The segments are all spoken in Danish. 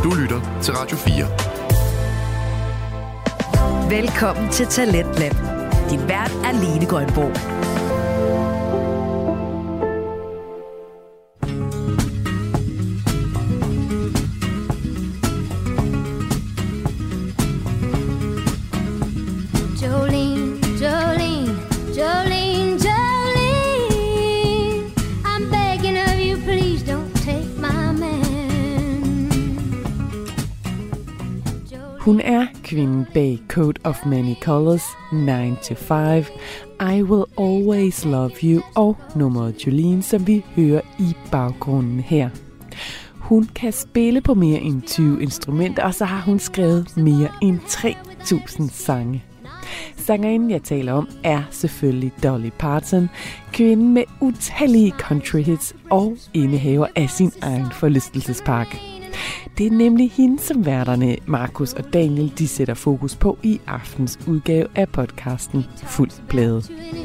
Du lytter til Radio 4. Velkommen til Talentlab. Din vært er Line Grønborg. Hun er kvinden bag Coat of Many Colors, 9 to 5, I Will Always Love You og nummeret Jolene, som vi hører i baggrunden her. Hun kan spille på mere end 20 instrumenter, og så har hun skrevet mere end 3.000 sange. Sangerinden, jeg taler om, er selvfølgelig Dolly Parton, kvinden med utallige country hits og indehaver af sin egen forlystelsespark. Det er nemlig hende, som værterne Markus og Daniel de sætter fokus på i aftens udgave af podcasten Fuld Plade.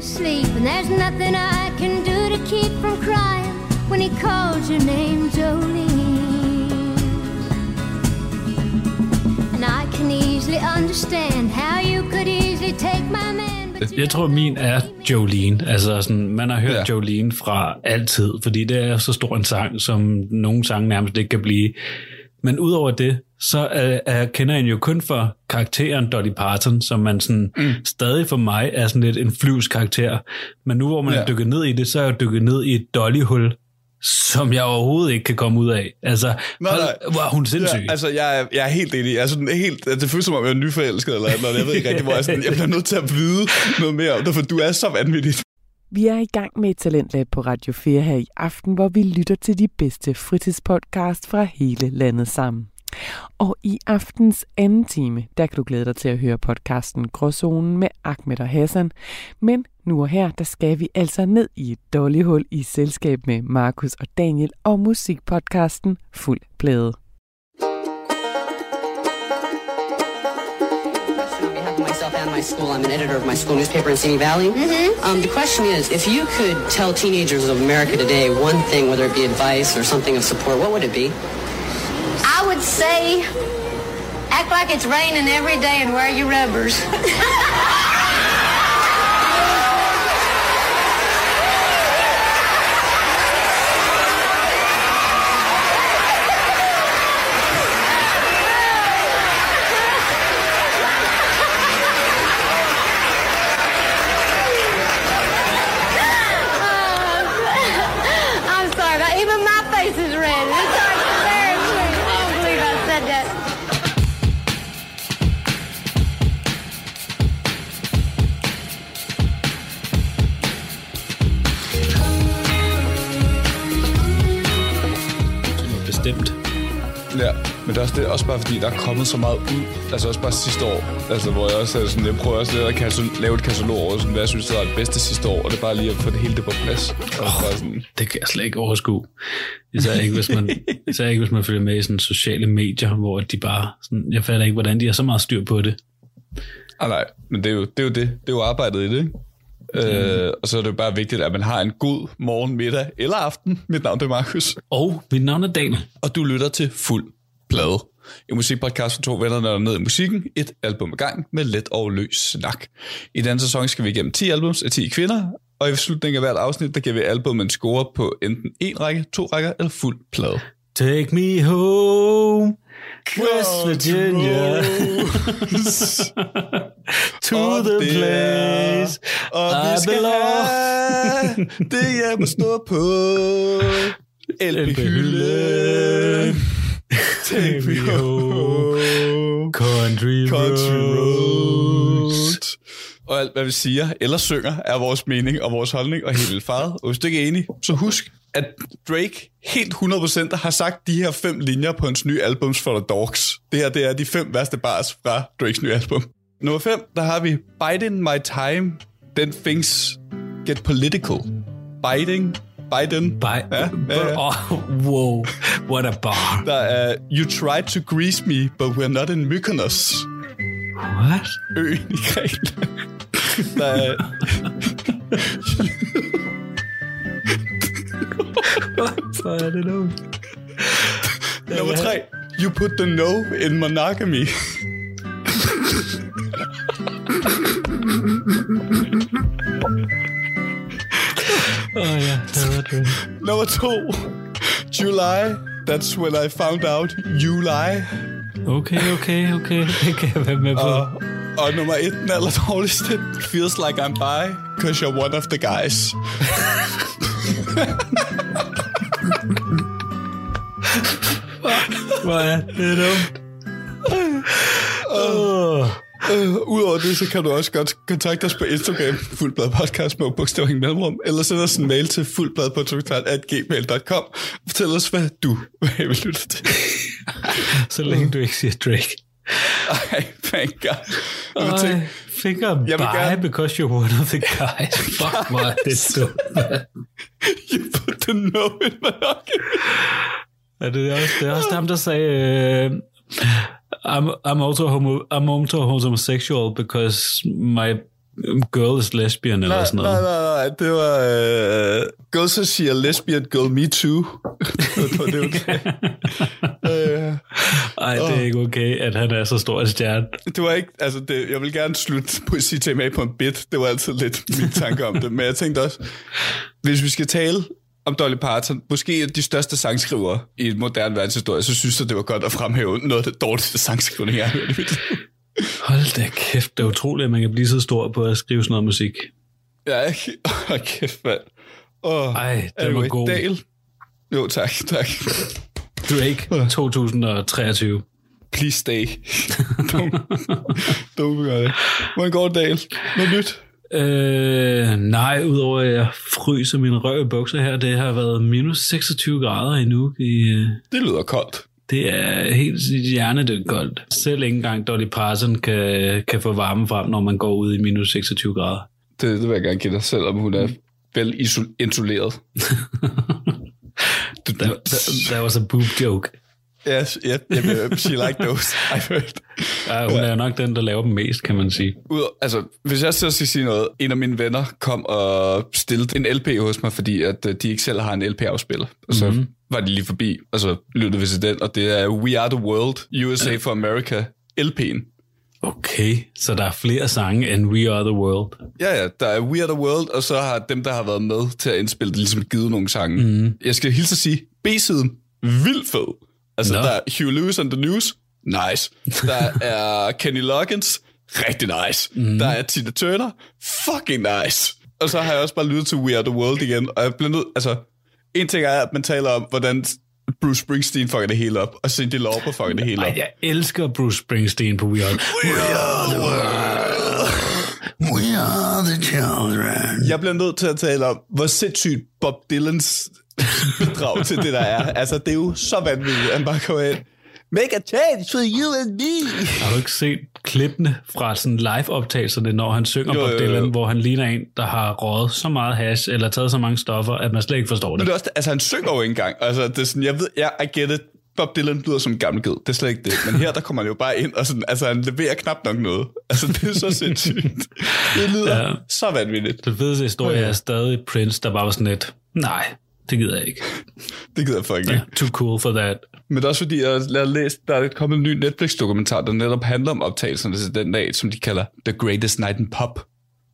Jeg tror, min er Jolene. Altså, sådan, man har hørt Jolene fra altid, fordi det er så stor en sang, som nogle sange nærmest ikke kan blive. Men udover det, så kender jeg jo kun for karakteren Dolly Parton, som man sådan stadig for mig er sådan lidt en flyvsk karakter. Men nu hvor man er dykket ned i det, så er jeg dykket ned i et Dolly-hul, som jeg overhovedet ikke kan komme ud af. Altså, hvor hun sindssyg. Ja, altså, jeg er helt enig. Altså, det føles som om, jeg er nyforelsket eller noget. Jeg ved ikke rigtig, hvor jeg bliver nødt til at vide noget mere om det, for du er så vanvittig. Vi er i gang med et Talentlab på Radio 4 her i aften, hvor vi lytter til de bedste fritidspodcast fra hele landet sammen. Og i aftens anden time, der kan du glæde dig til at høre podcasten Gråzonen med Ahmed og Hassan. Men nu og her, der skal vi altså ned i et dollyhul i selskab med Markus og Daniel og musikpodcasten Fuld Plade. And my school. I'm an editor of my school newspaper in Simi Valley. Mm-hmm. The question is, if you could tell teenagers of America today one thing, whether it be advice or something of support, what would it be? I would say, act like it's raining every day and wear your rubbers. Ja, men det er også bare fordi, der er kommet så meget ud. Altså også bare sidste år. Altså hvor jeg også er sådan, jeg prøver også lidt at lave et katalog over, sådan, hvad jeg synes, der er det bedste sidste år. Og det er bare lige at få det hele det på plads. Sådan. Det kan jeg slet ikke overskue. Især ikke, hvis man følger med i sådan sociale medier, hvor de bare sådan, jeg fatter ikke, hvordan de har så meget styr på det. Nej, men det er jo det. Det er jo arbejdet i det, ikke? Og så er det jo bare vigtigt, at man har en god morgen, middag eller aften. Mit navn er Markus. Og mit navn er Daniel. Og du lytter til Fuld Plade. En musikpodcast for to venner, der er ned i musikken. Et album ad gang med let og løs snak. I denne sæson skal vi igennem 10 albums af 10 kvinder. Og i slutningen af hvert afsnit, der giver vi albumet en score på enten 1 række, 2 rækker eller fuld plade. Take me home, West Virginia, to the place og vi skal have det, jeg må stå på LP-hylden. Take me home, country roads. Og alt, hvad vi siger eller synger, er vores mening og vores holdning og helt vildt farvet. Og hvis du ikke er enig, så husk, at Drake helt 100% har sagt de her 5 linjer på hans nye albums for the Dogs. Det her, det er de 5 værste bars fra Drakes nye album. Nummer 5, der har vi Biding My Time, Then Things Get Political. Biden. Wow, what a bar. Der er You Tried to Grease Me, But We're Not in Mykonos. What? Øen i Grækenland. Der er... Hvor er det nu? Nummer 3. You put the no in monogamy. Ja, Nummer 2. July. That's when I found out you lie. Okay. Det kan jeg være med på. Og nummer 1, den allerdårligste. Feels like I'm bi, because you're one of the guys. Hvor er det dumt. Udover det, så kan du også godt kontakte os på Instagram, fuldbladpodcast med bogstavering mellemrum, eller sende os en mail til fuldbladpodcast@gmail.com og fortæl os, hvad du vil lytte til. Så længe du ikke siger Drake. Ej, thank God. Think I'm bi because you're one of the guys. Fuck, hvor er det dumt. You put the no in my pocket. Det er også dem, der sagde... I'm also homosexual because my girl is lesbian eller sådan noget. Nej, det var girl så siger lesbian, girl me too. Det er okay. Ej, det er ikke okay, at han er så stor en stjerne. Det var ikke, altså jeg vil gerne slutte på at sige til mig på en bit. Det var altid lidt min tanke om det. Men jeg tænkte også, hvis vi skal tale om Dolly Parton, måske de største sangskrivere i et moderne verdenshistorie, så synes jeg, det var godt at fremhæve noget af det dårligste sangskrivning, jeg har hørt i mit liv. Hold da kæft, det er utroligt, at man kan blive så stor på at skrive sådan noget musik. Ja, ikke? Kæft, mand. Ej, det var god. Dale. Jo, tak. Drake, 2023. Please stay. Don't gøre det. Hvordan går det, Dale? Noget nyt? Nej, udover at jeg fryser min røv i bukser her, det har været minus 26 grader i Nuuk. Det lyder koldt. Det er helt hjernedødt koldt. Selv ikke engang Dolly Parton kan få varme frem, når man går ud i minus 26 grader. Det vil jeg gerne give dig, selvom hun er vel insuleret. That was a boob joke. Yes, she like those, I've heard. Ja, hun er nok den, der laver dem mest, kan man sige. Altså, hvis jeg så skal sige noget, en af mine venner kom og stillede en LP hos mig, fordi at de ikke selv har en LP-afspiller. Og så var de lige forbi, og så lyttede vi til den, og det er We Are The World, USA for America, LP'en. Okay, så der er flere sange end We Are The World. Ja, der er We Are The World, og så har dem, der har været med til at indspille det, ligesom givet nogle sange. Jeg skal hilse at sige, B-siden, vildt fed. Altså, der er Huey Lewis and the News, nice. Der er Kenny Loggins, rigtig nice. Der er Tina Turner, fucking nice. Og så har jeg også bare lyttet til We Are The World igen, og jeg bliver nødt, altså, en ting er, at man taler om, hvordan Bruce Springsteen fucker det hele op, og Cyndi Lauper fucker det hele op. Jeg elsker Bruce Springsteen på We Are The World. We are the children. Jeg bliver nødt til at tale om, hvor sindssygt Bob Dylans bidrag til det, der er. Altså, det er jo så vanvittigt, at han bare kommer ind. Make a change for you and me. Har du ikke set klippene fra sådan live-optagelserne, når han synger Bob Dylan, hvor han ligner en, der har røget så meget hash, eller taget så mange stoffer, at man slet ikke forstår det? Men det er også, altså, han synger jo ikke engang. Altså, det er sådan, jeg ved, I get it. Bob Dylan lyder som en gammel ged. Det er slet ikke det. Men her, der kommer han jo bare ind, og sådan, altså, han leverer knap nok noget. Altså, det er så sindssygt. Det lyder så vanvittigt. Det fedeste historie er stadig Prince, der bare var sådan lidt, nej, det gider jeg ikke. Det gider jeg for ikke. Too cool for that. Men det er også fordi, jeg har læst, der er kommet en ny Netflix-dokumentar, der netop handler om optagelserne til den dag, som de kalder The Greatest Night in Pop.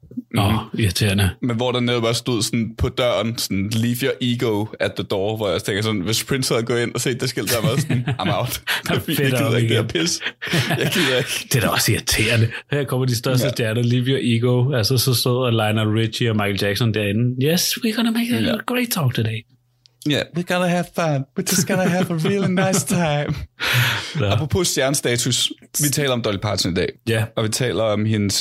Irriterende. Men hvor der netop bare stod sådan på døren, sådan, leave your ego at the door, hvor jeg tænker sådan, hvis Prince havde gået ind og set det skilt, der var sådan, I'm out. Jeg gider ikke det her pis. Jeg gider ikke. Det er da også irriterende. Her kommer de største stjerner, leave your ego. Altså så stod Lionel Richie og Michael Jackson derinde. Yes, we're gonna make a great talk today. Yeah, we're gonna have fun. We're just gonna have a really nice time. Apropos stjernestatus, vi taler om Dolly Parton i dag. Ja. Og vi taler om hendes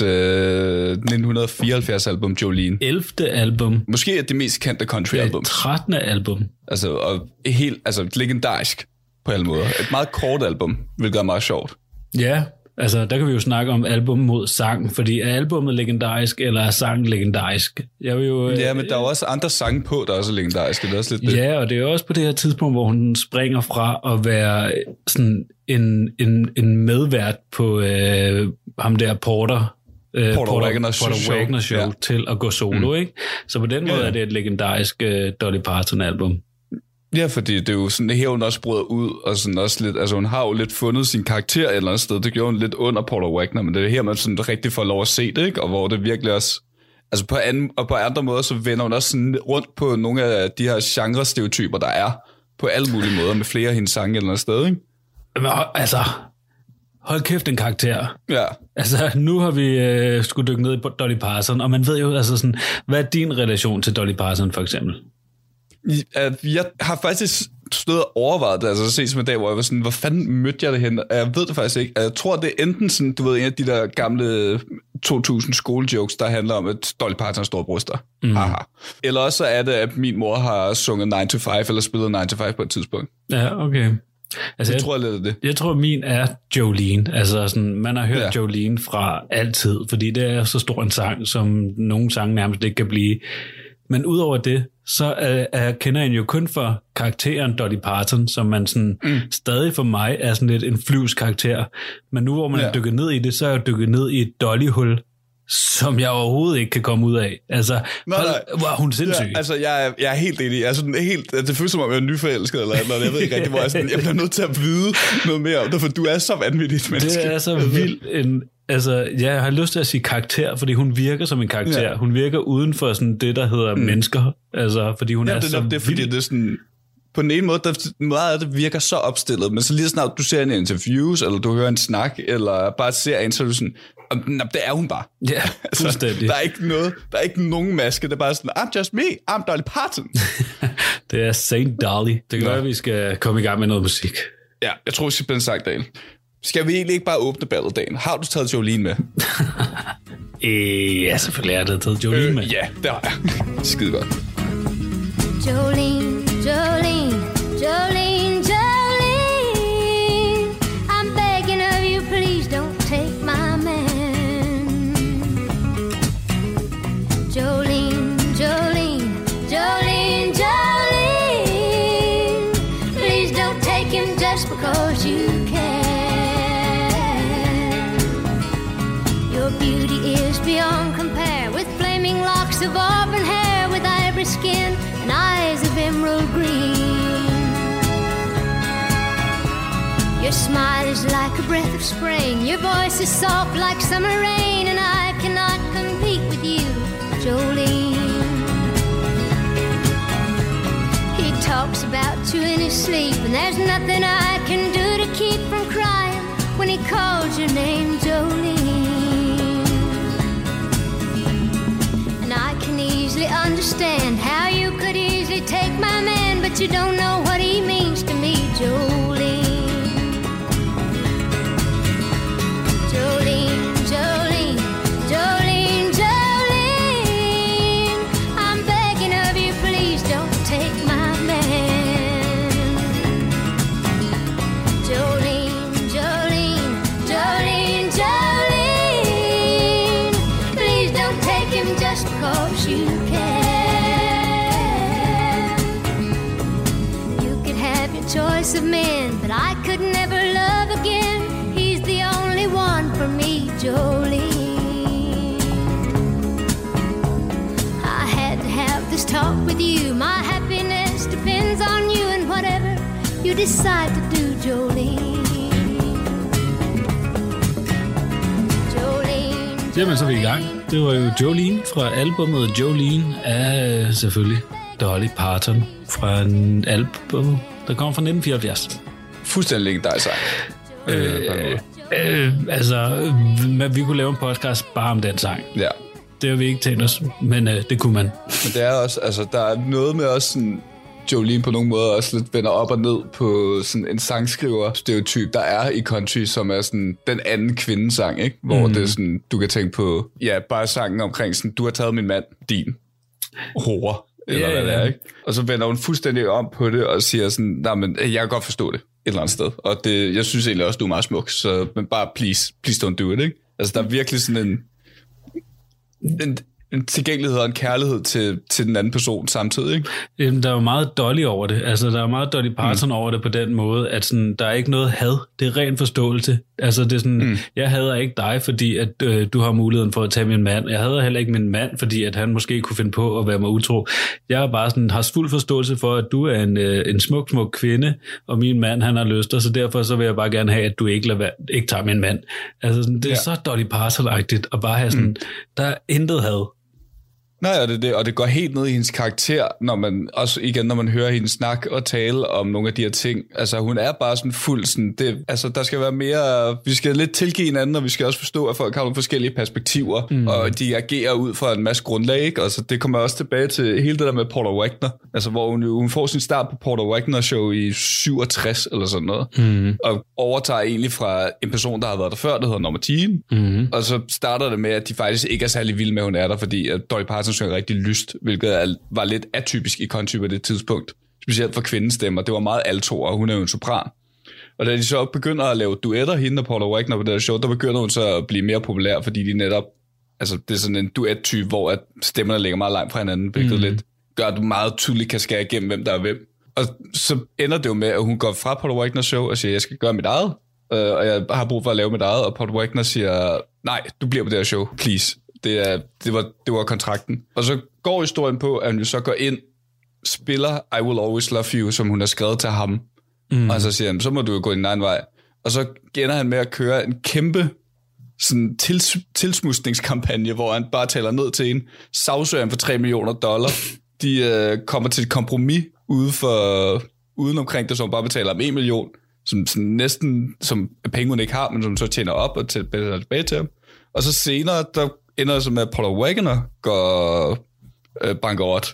1974 album, Jolene. 11. album. Måske er det mest kendte country-album. 13. album. Altså, og helt, altså legendarisk på alle måder. Et meget kort album, hvilket er meget sjovt. Ja, altså der kan vi jo snakke om album mod sang, fordi er albumet legendarisk, eller er sangen legendarisk? Jeg vil jo, ja, men der er jo også andre sange på, der er også legendariske. Det er også lidt det. Ja, og det er også på det her tidspunkt, hvor hun springer fra at være sådan en medvært på ham der Porter Wagoner Show til at gå solo, ikke? Så på den måde er det et legendarisk Dolly Parton album. Ja, fordi det er jo sådan, det her hun også bryder ud, og sådan også lidt, altså hun har jo lidt fundet sin karakter et eller andet sted. Det gjorde hun lidt under Paula Wagner, men det er her, man sådan rigtig får lov at se det, ikke? Og hvor det virkelig også, altså på andre måder, så vender hun også sådan rundt på nogle af de her genre-stereotyper, der er på alle mulige måder, med flere af hendes sange et eller andet sted, ikke? Men, altså, hold kæft en karakter. Ja. Altså, nu har vi skulle dykke ned i Dolly Parton, og man ved jo, altså sådan, hvad er din relation til Dolly Parton, for eksempel? Jeg har faktisk stået og overvejet det, altså set som en dag, hvor jeg var sådan, hvor fanden mødte jeg det hen? Jeg ved det faktisk ikke. Jeg tror, det er enten sådan, du ved, en af de der gamle 2000 skolejokes, der handler om, at Dolly Parton har store bryster. Haha. Eller også er det, at min mor har sunget 9 to 5, eller spillet 9 to 5 på et tidspunkt. Ja, okay. Altså, jeg tror lidt af det. Jeg tror, min er Jolene. Altså, sådan, man har hørt Jolene fra altid, fordi det er så stor en sang, som nogle sange nærmest ikke kan blive. Men udover det, så kender jeg jo kun for karakteren Dolly Parton, som man sådan stadig for mig er sådan lidt en flyvsk karakter. Men nu hvor man er dykket ned i det, så er jeg dykket ned i et Dolly-hul, som jeg overhovedet ikke kan komme ud af. Altså, var hun sindssyg. Ja, altså, jeg er helt enig. Jeg er sådan helt, det føles som om, jeg er nyforelsket eller noget. Jeg ved ikke rigtig, hvor jeg sådan, jeg bliver nødt til at vide noget mere om det, for du er så vanvittigt menneske. Det er så vildt en... Altså, jeg har lyst til at sige karakter, fordi hun virker som en karakter. Ja. Hun virker uden for sådan det, der hedder mennesker. Altså, fordi hun er så det er, fordi det er sådan... På den ene måde, meget af det virker så opstillet, men så lige snart du ser en interviews, eller du hører en snak, eller bare ser en, så er du sådan, det er hun bare. Ja, fuldstændig. Altså, der er ikke nogen maske, det er bare sådan, I'm just me, I'm Dolly Parton. Det er Saint Dolly. Det kan være, at vi skal komme i gang med noget musik. Ja, jeg tror, vi skal spille en sang, Daniel. Skal vi egentlig ikke bare åbne ballet, Daniel? Har du taget Jolene med? Ja, selvfølgelig har jeg taget Jolene med. Ja, det har jeg. Skide godt. Jolene, Jolene, Jolene, Jolene, I'm begging of you, please don't take my man. Jolene, Jolene, Jolene, Jolene, please don't take him just because you can. Your beauty is beyond compare, with flaming locks of auburn hair, with ivory skin and eyes of emerald green. Your smile is like a breath of spring, your voice is soft like summer rain, and I cannot compete with you, Jolene. He talks about you in his sleep, and there's nothing I can do to keep from crying when he calls your name, Jolene. And I can easily understand how you could easily take my man, but you don't know what he means to me, Jolene. Jolene, Jolene, Jolene, Jolene, I'm begging of you, please don't take my man. Jolene, Jolene, Jolene, Jolene, please don't take him just because you can. You could have your choice of men, but I could never love again. He's the only one for me, Jolene. I had to have this talk with you. My happiness depends on you, and whatever you decide to do, Jolene. Jolene, Jamen, så er vi i gang. Det var jo Jolene fra albumet Jolene af selvfølgelig Dolly Parton fra en album, der kom fra 1974. Fuldstændig legendarisk sang. Altså, vi kunne lave en podcast bare om den sang. Ja. Det har vi ikke tænkt os, men det kunne man. Men det er også, altså, der er noget med også sådan, Jolene på nogle måder også lidt vender op og ned på sådan en sangskriver-stereotyp, der er i country, som er sådan den anden kvindesang, ikke? Hvor det er sådan, du kan tænke på, ja, bare sangen omkring sådan, du har taget min mand, din hore, eller hvad det er, ikke? Og så vender hun fuldstændig om på det og siger sådan, nej, men jeg kan godt forstå det et eller andet sted, og det, jeg synes egentlig også, du er meget smuk, så men bare please don't do it, ikke? Altså, der er virkelig sådan en tilgængelighed og en kærlighed til den anden person samtidig, ikke? Jamen, der er jo meget Dolly over det. Altså, der er meget Dolly Parton over det på den måde, at sådan, der er ikke noget had. Det er ren forståelse. Altså, det er sådan, jeg hader ikke dig, fordi at du har muligheden for at tage min mand. Jeg hader heller ikke min mand, fordi at han måske kunne finde på at være mig utro. Jeg er bare sådan, har fuld forståelse for, at du er en smuk kvinde, og min mand, han har lyst, så derfor så vil jeg bare gerne have, at du ikke tager min mand. Altså, sådan, det er så Dolly Parton-agtigt at bare have sådan, der er intet had. Nej, og det går helt ned i hendes karakter, når man hører hende snakke og tale om nogle af de her ting. Altså, hun er bare sådan fuld sådan, der skal være mere, vi skal lidt tilgive hinanden, og vi skal også forstå, at folk har nogle forskellige perspektiver, og de agerer ud fra en masse grundlag, ikke? Altså, det kommer også tilbage til hele det der med Porter Wagoner, altså, hvor hun får sin start på Porter Wagoner show i 67 eller sådan noget, og overtager egentlig fra en person, der har været der før, der hedder Norma Jean, og så starter det med, at de faktisk ikke er særlig vilde med, at hun er der, fordi at Dolly Parton synger rigtig lyst, hvilket var lidt atypisk i country på det tidspunkt. Specielt for kvindestemmer. Det var meget alto, og hun er jo en sopran. Og da de så begynder at lave duetter, hende og Porter Wagoner på det her show, der begynder hun så at blive mere populær, fordi de netop, altså det er sådan en duet-type, hvor at stemmerne ligger meget langt fra hinanden, hvilket lidt gør, at du meget tydeligt kan skære igennem, hvem der er hvem. Og så ender det jo med, at hun går fra Porter Wagoner show og siger, jeg skal gøre mit eget, og jeg har brug for at lave mit eget, og Porter Wagoner siger, nej, du bliver på det her show, please. Det var kontrakten. Og så går historien på, at hun så går ind, spiller I Will Always Love You, som hun har skrevet til ham. Og så siger han, så må du jo gå din egen vej. Og så ender han med at køre en kæmpe sådan tilsmusningskampagne, hvor han bare taler ned til en, sagsøger han for $3 million. De kommer til et kompromis uden omkring det, som bare betaler om $1 million, som sådan næsten som penge hun ikke har, men som så tjener op og betaler tilbage til ham. Og så senere, der ender det så med, at Porter Wagoner går bankerot.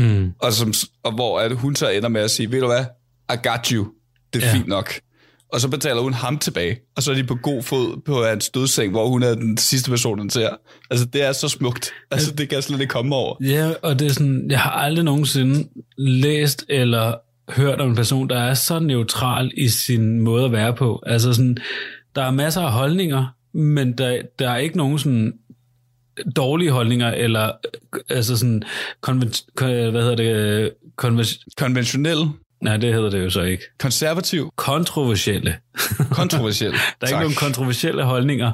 Og hvor at hun så ender med at sige, ved du hvad, I got you. Det er fint nok. Og så betaler hun ham tilbage. Og så er de på god fod på hans dødsseng, hvor hun er den sidste person, den ser. Altså, det er så smukt. Altså, det kan slet ikke komme over. Ja, og det er sådan, jeg har aldrig nogensinde læst eller hørt om en person, der er så neutral i sin måde at være på. Altså sådan, der er masser af holdninger, men der er ikke nogen sådan dårlige holdninger, eller altså sådan konventionelle. Nej, det hedder det jo så ikke. Konservativ. Kontroversielle. Kontroversielle. Der er ikke nogen kontroversielle holdninger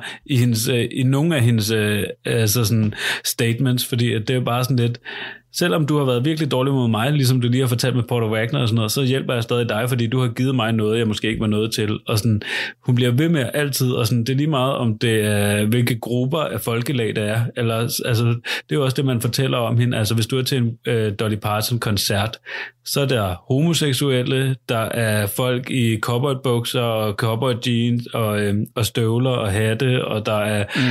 i nogle af hendes altså sådan statements, fordi det er jo bare sådan lidt, selvom du har været virkelig dårlig mod mig, ligesom du lige har fortalt med Porter Wagoner og sådan noget, så hjælper jeg stadig dig, fordi du har givet mig noget, jeg måske ikke var noget til. Og sådan, hun bliver ved med altid, og sådan, det er lige meget om det er, hvilke grupper af folkelag der er. Eller, altså, det er jo også det, man fortæller om hende. Altså, hvis du er til en Dolly Parton-koncert, så er der homoseksuelle, der er folk i cowboybukser og cowboy jeans og støvler og hatte, og der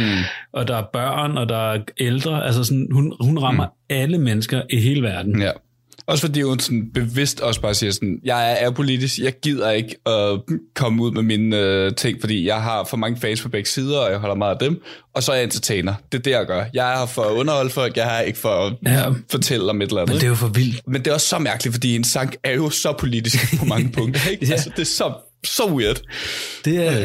er børn, og der er ældre. Altså, sådan, hun rammer alle mennesker i hele verden. Ja. Også fordi hun sådan bevidst også bare siger sådan, jeg er apolitisk, jeg gider ikke at komme ud med mine ting, fordi jeg har for mange fans på begge sider, og jeg holder meget af dem, og så er jeg entertainer. Det er det, jeg gør. Jeg er her for at underholde folk, jeg er her ikke for at fortælle om et eller andet. Men det er jo for vildt. Men det er også så mærkeligt, fordi en sang er jo så politisk på mange punkter, ikke? Ja. Altså, det er så weird. Det er,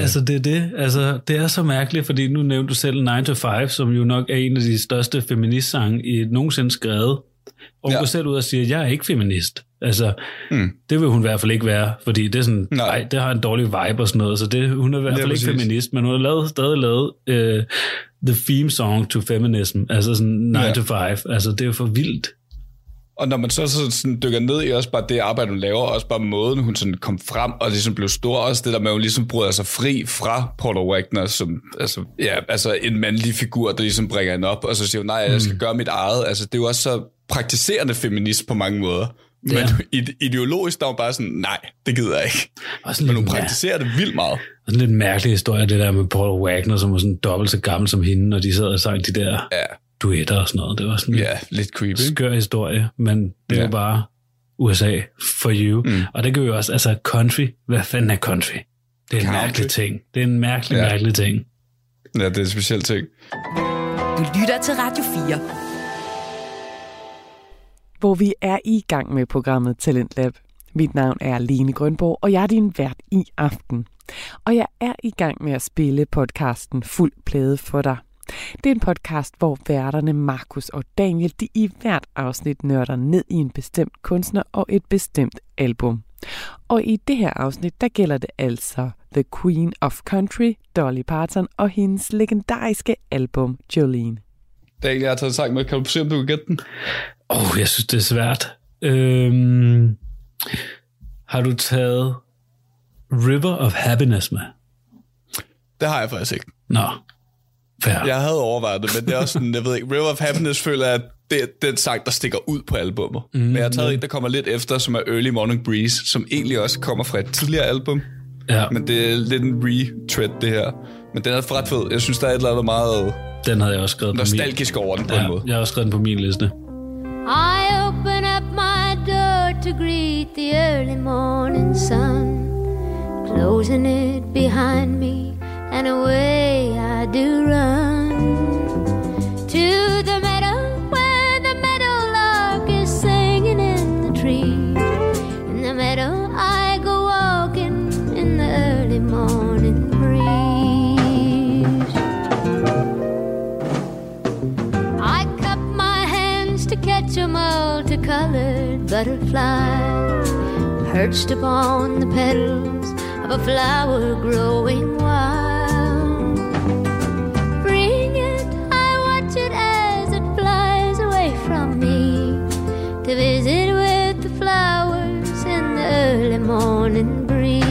det er så mærkeligt, fordi nu nævnte du selv 9 to 5, som jo nok er en af de største feministsange i nogensinde skrevet. Og hun går selv ud og siger, at jeg er ikke feminist. Altså, det vil hun i hvert fald ikke være, fordi det er sådan, nej, det har en dårlig vibe og sådan noget, så hun er i hvert fald ikke feminist, men hun har stadig lavet the theme song to feminism, altså sådan 9 to 5, altså det er jo for vildt. Og når man så sådan dykker ned i også bare det arbejde, hun laver, også bare måden, hun sådan kom frem og ligesom blev stor, også det der med, at hun ligesom bryder sig fri fra Porter Wagoner, som altså en mandlig figur, der ligesom bringer hende op, og så siger hun, nej, jeg skal gøre mit eget. Altså det er jo også så praktiserende feminist på mange måder. Men ideologisk, der er hun bare sådan, nej, det gider jeg ikke. Men hun praktiserer det vildt meget. Og sådan lidt mærkelig historie, det der med Porter Wagoner, som var sådan dobbelt så gammel som hende, og de sad og sang de der duetter og sådan noget. Det var sådan lidt creepy. Skør historie, men det var bare USA for you. Og det kan vi jo også, altså country, hvad fanden er country? Det er en mærkelig ting. Det er en mærkelig ting. Ja, det er en speciel ting. Du lytter til Radio 4. Hvor vi er i gang med programmet Talentlab. Mit navn er Lene Grønborg, og jeg er din vært i aften. Og jeg er i gang med at spille podcasten Fuld Plade for dig. Det er en podcast, hvor værterne Markus og Daniel de i hvert afsnit nørder ned i en bestemt kunstner og et bestemt album. Og i det her afsnit, der gælder det altså The Queen of Country, Dolly Parton og hendes legendariske album Jolene. Daniel, jeg har taget en sang med. Kan du se, om du kan gætte den? Jeg synes, det er svært. Har du taget River of Happiness med? Det har jeg faktisk ikke. Nå, fair. Jeg havde overvejet det, men det er også sådan, jeg ved ikke, River of Happiness føler jeg, at det er den sang, der stikker ud på albummet. Men jeg har taget en, der kommer lidt efter, som er Early Morning Breeze, som egentlig også kommer fra et tidligere album. Ja. Men det er lidt en retread, det her. Men den er ret fed. Jeg synes, der er et eller andet meget den havde jeg også skrevet nostalgisk over den på en måde. Jeg har også skrevet den på min liste. I open up my door to greet the early morning sun, closing it behind me, and away I do run to the meadow where the meadowlark is singing in the trees. In the meadow I go walking in the early morning breeze. I cup my hands to catch a multicolored butterfly perched upon the petals of a flower growing wild. Bring it, I watch it as it flies away from me to visit with the flowers in the early morning breeze.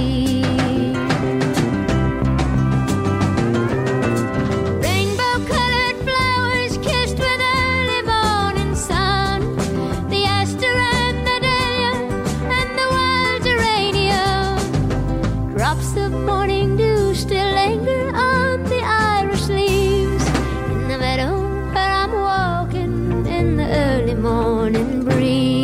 Rainbow-colored flowers kissed with early morning sun, the aster and the dahlia and the wild geranium. Drops of morning dew still linger on the iris leaves in the meadow where I'm walking in the early morning breeze.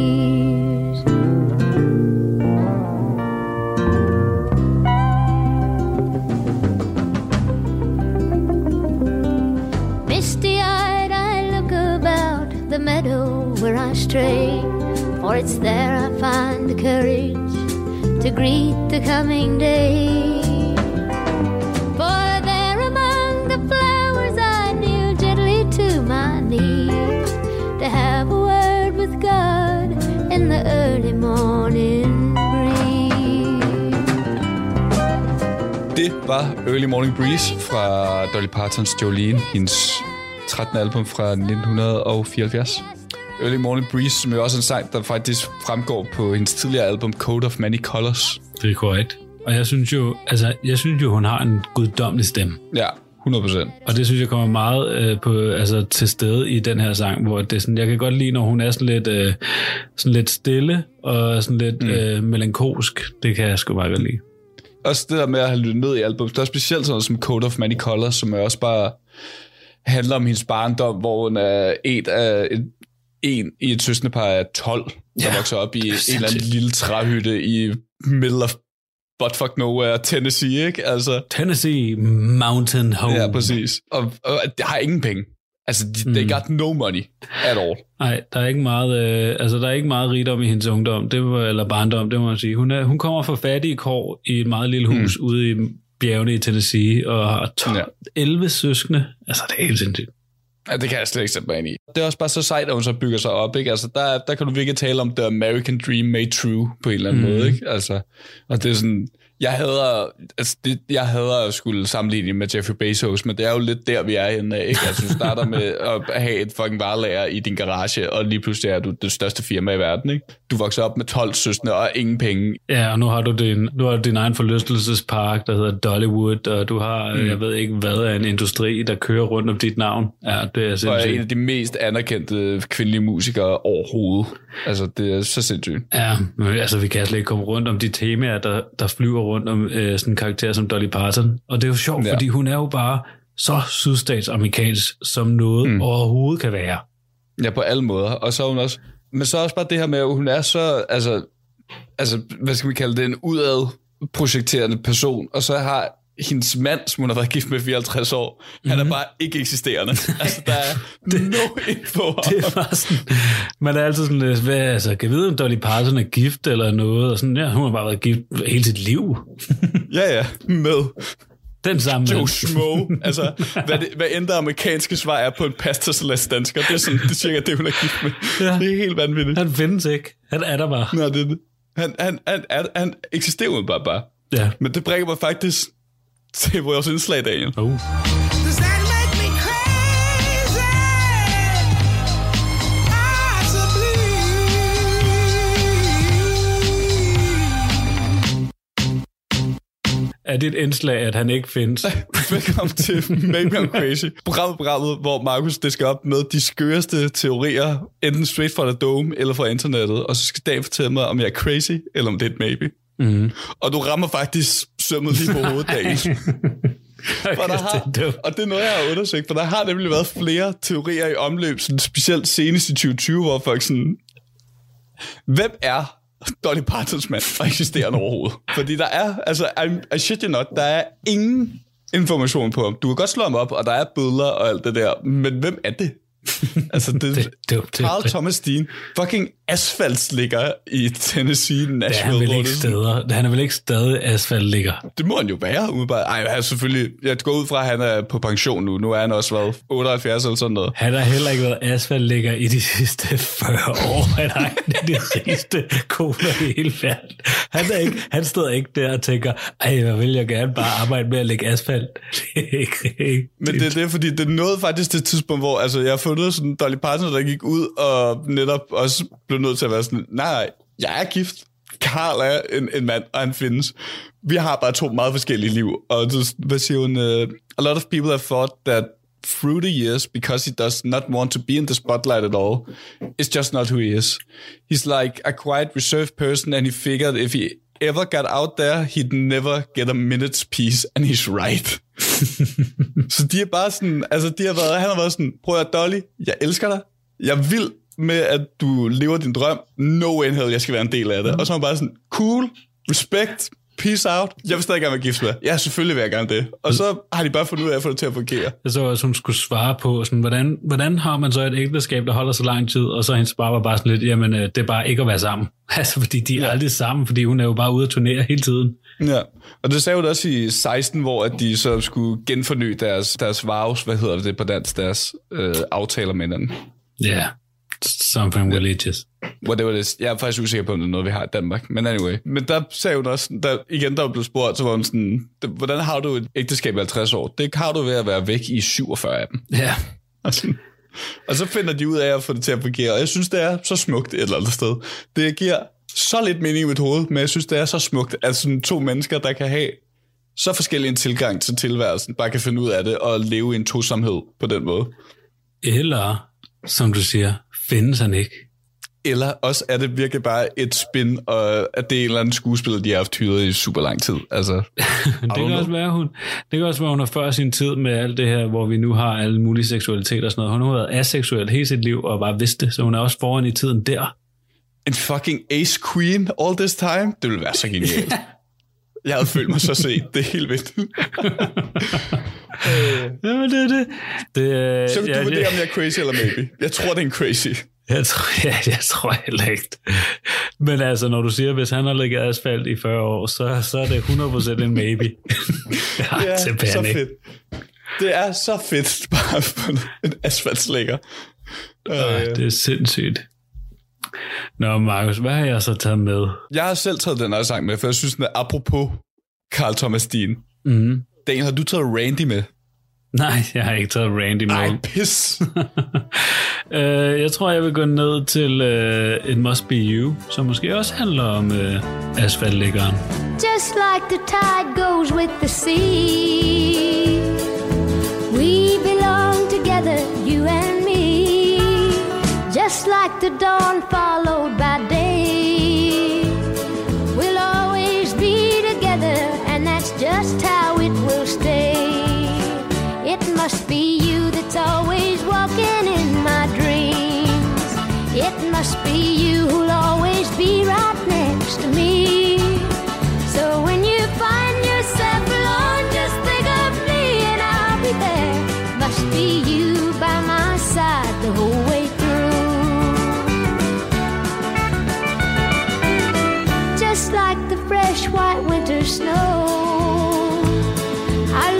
Misty-eyed I look about the meadow where I stray, for it's there I find the courage to greet the coming day. For there among the flowers I kneel gently to my knees to have a word with God in the early morning breeze. Det var Early Morning Breeze fra Dolly Partons Jolene, hendes 13. album fra 1974. Early Morning Breeze, som er også en sang, der faktisk fremgår på hendes tidligere album Coat of Many Colors. Det er korrekt. Og jeg synes jo, hun har en guddommelig stemme. Ja, 100%. Og det synes jeg kommer meget til stede i den her sang, hvor det er sådan, jeg kan godt lide, når hun er sådan lidt stille og sådan lidt melankolsk. Det kan jeg sgu meget godt lide. Også det der med at have lyttet ned i album, der er specielt sådan noget som Coat of Many Colors, som er også bare handler om hendes barndom, hvor hun er en i et søskendepar af 12, der vokser op i en eller anden lille træhytte i middle of buttfuck nowhere, Tennessee, ikke? Altså, Tennessee Mountain Home. Ja, præcis. Og det har ingen penge. Altså, they got no money at all. Nej, der er ikke meget, der er ikke meget rigdom i hendes ungdom, eller barndom, det må man sige. Hun kommer fra fattige kår i et meget lille hus ude i bjergene i Tennessee, og har 11 søskende. Altså, det er helt sindssygt. Ja, det kan jeg slet ikke sætte mig ind i. Det er også bare så sejt, at hun så bygger sig op, ikke? Altså, der kan du virkelig tale om the American dream made true, på en eller anden måde, ikke? Altså, og det er sådan, jeg hader at skulle sammenligne med Jeffrey Bezos, men det er jo lidt der, vi er henne, ikke? Altså, du starter med at have et fucking varelager i din garage, og lige pludselig er du det største firma i verden, ikke? Du vokser op med 12 søskende og ingen penge. Ja, og nu har du din egen forlystelsespark, der hedder Dollywood, og du har, jeg ved ikke hvad, af en industri, der kører rundt om dit navn. Ja, det er sindssygt. Og er en af de mest anerkendte kvindelige musikere overhovedet. Altså, det er så sindssygt. Ja, men altså, vi kan slet ikke komme rundt om de temaer, der flyver rundt om sådan en karakter som Dolly Parton. Og det er jo sjovt, fordi hun er jo bare så sydstatsamerikansk, som noget overhovedet kan være. Ja, på alle måder. Og så er hun også... Men så også bare det her med, at hun er så... Altså, hvad skal vi kalde det? En udad projekterende person. Og så har hendes mand, som hun har været gift med 54 år, han er bare ikke eksisterende. Altså, der er no info. Det er bare sådan... Man er altid sådan, kan jeg vide, om Dolly Parton er gift eller noget? Og sådan, ja, hun har bare været gift hele sit liv. Ja, med Den samme Joe Schmo. Altså, hvad end der amerikanske svar er på en pastasalas dansker, det er cirka det, hun er gift med. Ja. Det er helt vanvittigt. Han findes ikke. Han er der bare. Nå, det er det. Han eksisterer jo bare. Ja. Men det bringer mig faktisk til vores indslag, Daniel. Er det et indslag, at han ikke findes? Velkommen til Maybe I'm Crazy. Programmet, hvor Markus disker op med de skøreste teorier, enten straight fra the dome eller fra internettet, og så skal Dan fortælle mig, om jeg er crazy, eller om det er et maybe. Mm. Og du rammer faktisk sømmet lige på hovedet, Daniel. Og det er noget, jeg har undersøgt, for der har nemlig været flere teorier i omløb, sådan specielt senest i 2020, hvor folk sådan, hvem er Dolly Partons mand og eksisterende overhovedet? Fordi der er, altså, I shit you not, der er ingen information på ham. Du kan godt slå ham op, og der er billeder og alt det der, men hvem er det? Altså, det Carl Thomas Dean, fucking asfaltsligger i Tennessee, Nashville. Han er vel ikke stadig asfaltligger? Det må han jo være, umiddelbart. Ej, selvfølgelig. Jeg går ud fra, at han er på pension nu. Nu er han også været 78 eller sådan noget. Han har heller ikke været asfaltligger i de sidste 40 år. Han er ikke de rigeste koner i hele verden. Han står ikke der og tænker, hvad vil jeg gerne bare arbejde med at lægge asfalt. Men det er fordi, det nåede faktisk det tidspunkt, hvor altså, jeg har fundet sådan Dolly Parton, der gik ud og netop også blev nødt til at være sådan, nej, jeg er gift. Carl er en mand, og han findes. Vi har bare to meget forskellige liv. Og hvad siger hun? A lot of people have thought that through the years, because he does not want to be in the spotlight at all, it's just not who he is. He's like a quiet, reserved person, and he figured if he ever got out there, he'd never get a minute's peace, and he's right. Så de er bare sådan, altså han har været sådan, prøv at Dolly, jeg elsker dig, jeg vil med, at du lever din drøm, no in hell, jeg skal være en del af det. Og så er man bare sådan, cool, respect, peace out, jeg vil stadig gerne være gift med. Ja, selvfølgelig vil jeg gerne det. Og så har de bare fundet ud af at få det til at fungere. Jeg så også, hun skulle svare på, sådan, hvordan har man så et ægteskab, der holder så lang tid, og så hendes svar var bare sådan lidt, jamen det er bare ikke at være sammen. Altså, fordi de er aldrig sammen, fordi hun er jo bare ude at turnere hele tiden. Ja, og det sagde hun også i 16, hvor at de så skulle genforny deres vows, hvad hedder det på dansk, deres aftaler med hinanden. Ja, yeah. Something religious. Whatever it is. Jeg er faktisk usikker på, om det er noget, vi har i Danmark. Men anyway. Men der sagde hun også, der blev spurgt, så var hun sådan, hvordan har du et ægteskab i 50 år? Det har du ved at være væk i 47 af dem. Ja. Og så finder de ud af at få det til at fungere. Og jeg synes, det er så smukt et eller andet sted. Det giver så lidt mening i mit hoved, men jeg synes, det er så smukt, at sådan to mennesker, der kan have så forskellig en tilgang til tilværelsen, bare kan finde ud af det og leve i en tosomhed på den måde. Eller, som du siger, findes han ikke. Eller også er det virkelig bare et spin, og at det er en eller anden skuespiller, de har haft hyret i super lang tid. Altså, det kan også være, hun har før sin tid med alt det her, hvor vi nu har alle mulige seksualiteter og sådan noget. Hun har været aseksuel hele sit liv og bare vidste det, så hun er også foran i tiden der. En fucking ace queen all this time? Det ville være så genialt. Jeg havde følt mig så set. Det er helt vildt. Jamen, det. Så kan du vurdere, om jeg er crazy eller maybe? Jeg tror, det er en crazy. Jeg tror heller ikke. Men altså, når du siger, hvis han har ligget asfalt i 40 år, så er det 100% en maybe. Det er så fedt. Det er så fedt, bare for en asfaltslægger. Det er sindssygt. Nå, Markus, hvad har jeg så taget med? Jeg har selv taget den her sang med, for jeg synes, den er apropos Carl Thomas Dean. Mm. Daniel, har du taget Randy med? Nej, jeg har ikke taget Randy med. Ej, pis. Jeg tror, jeg vil gå ned til It Must Be You, som måske også handler om asfaltlæggeren. Just like the tide goes with the sea, we belong together, you and me. Just like the dawn followed by day, we'll always be together, and that's just how it will stay. It must be you that's always walking in my dreams. It must be you who'll always be right next to me. So when you find yourself alone, just think of me and I'll be there. Must be you by my side the whole way through. Just like the fresh white winter snow, I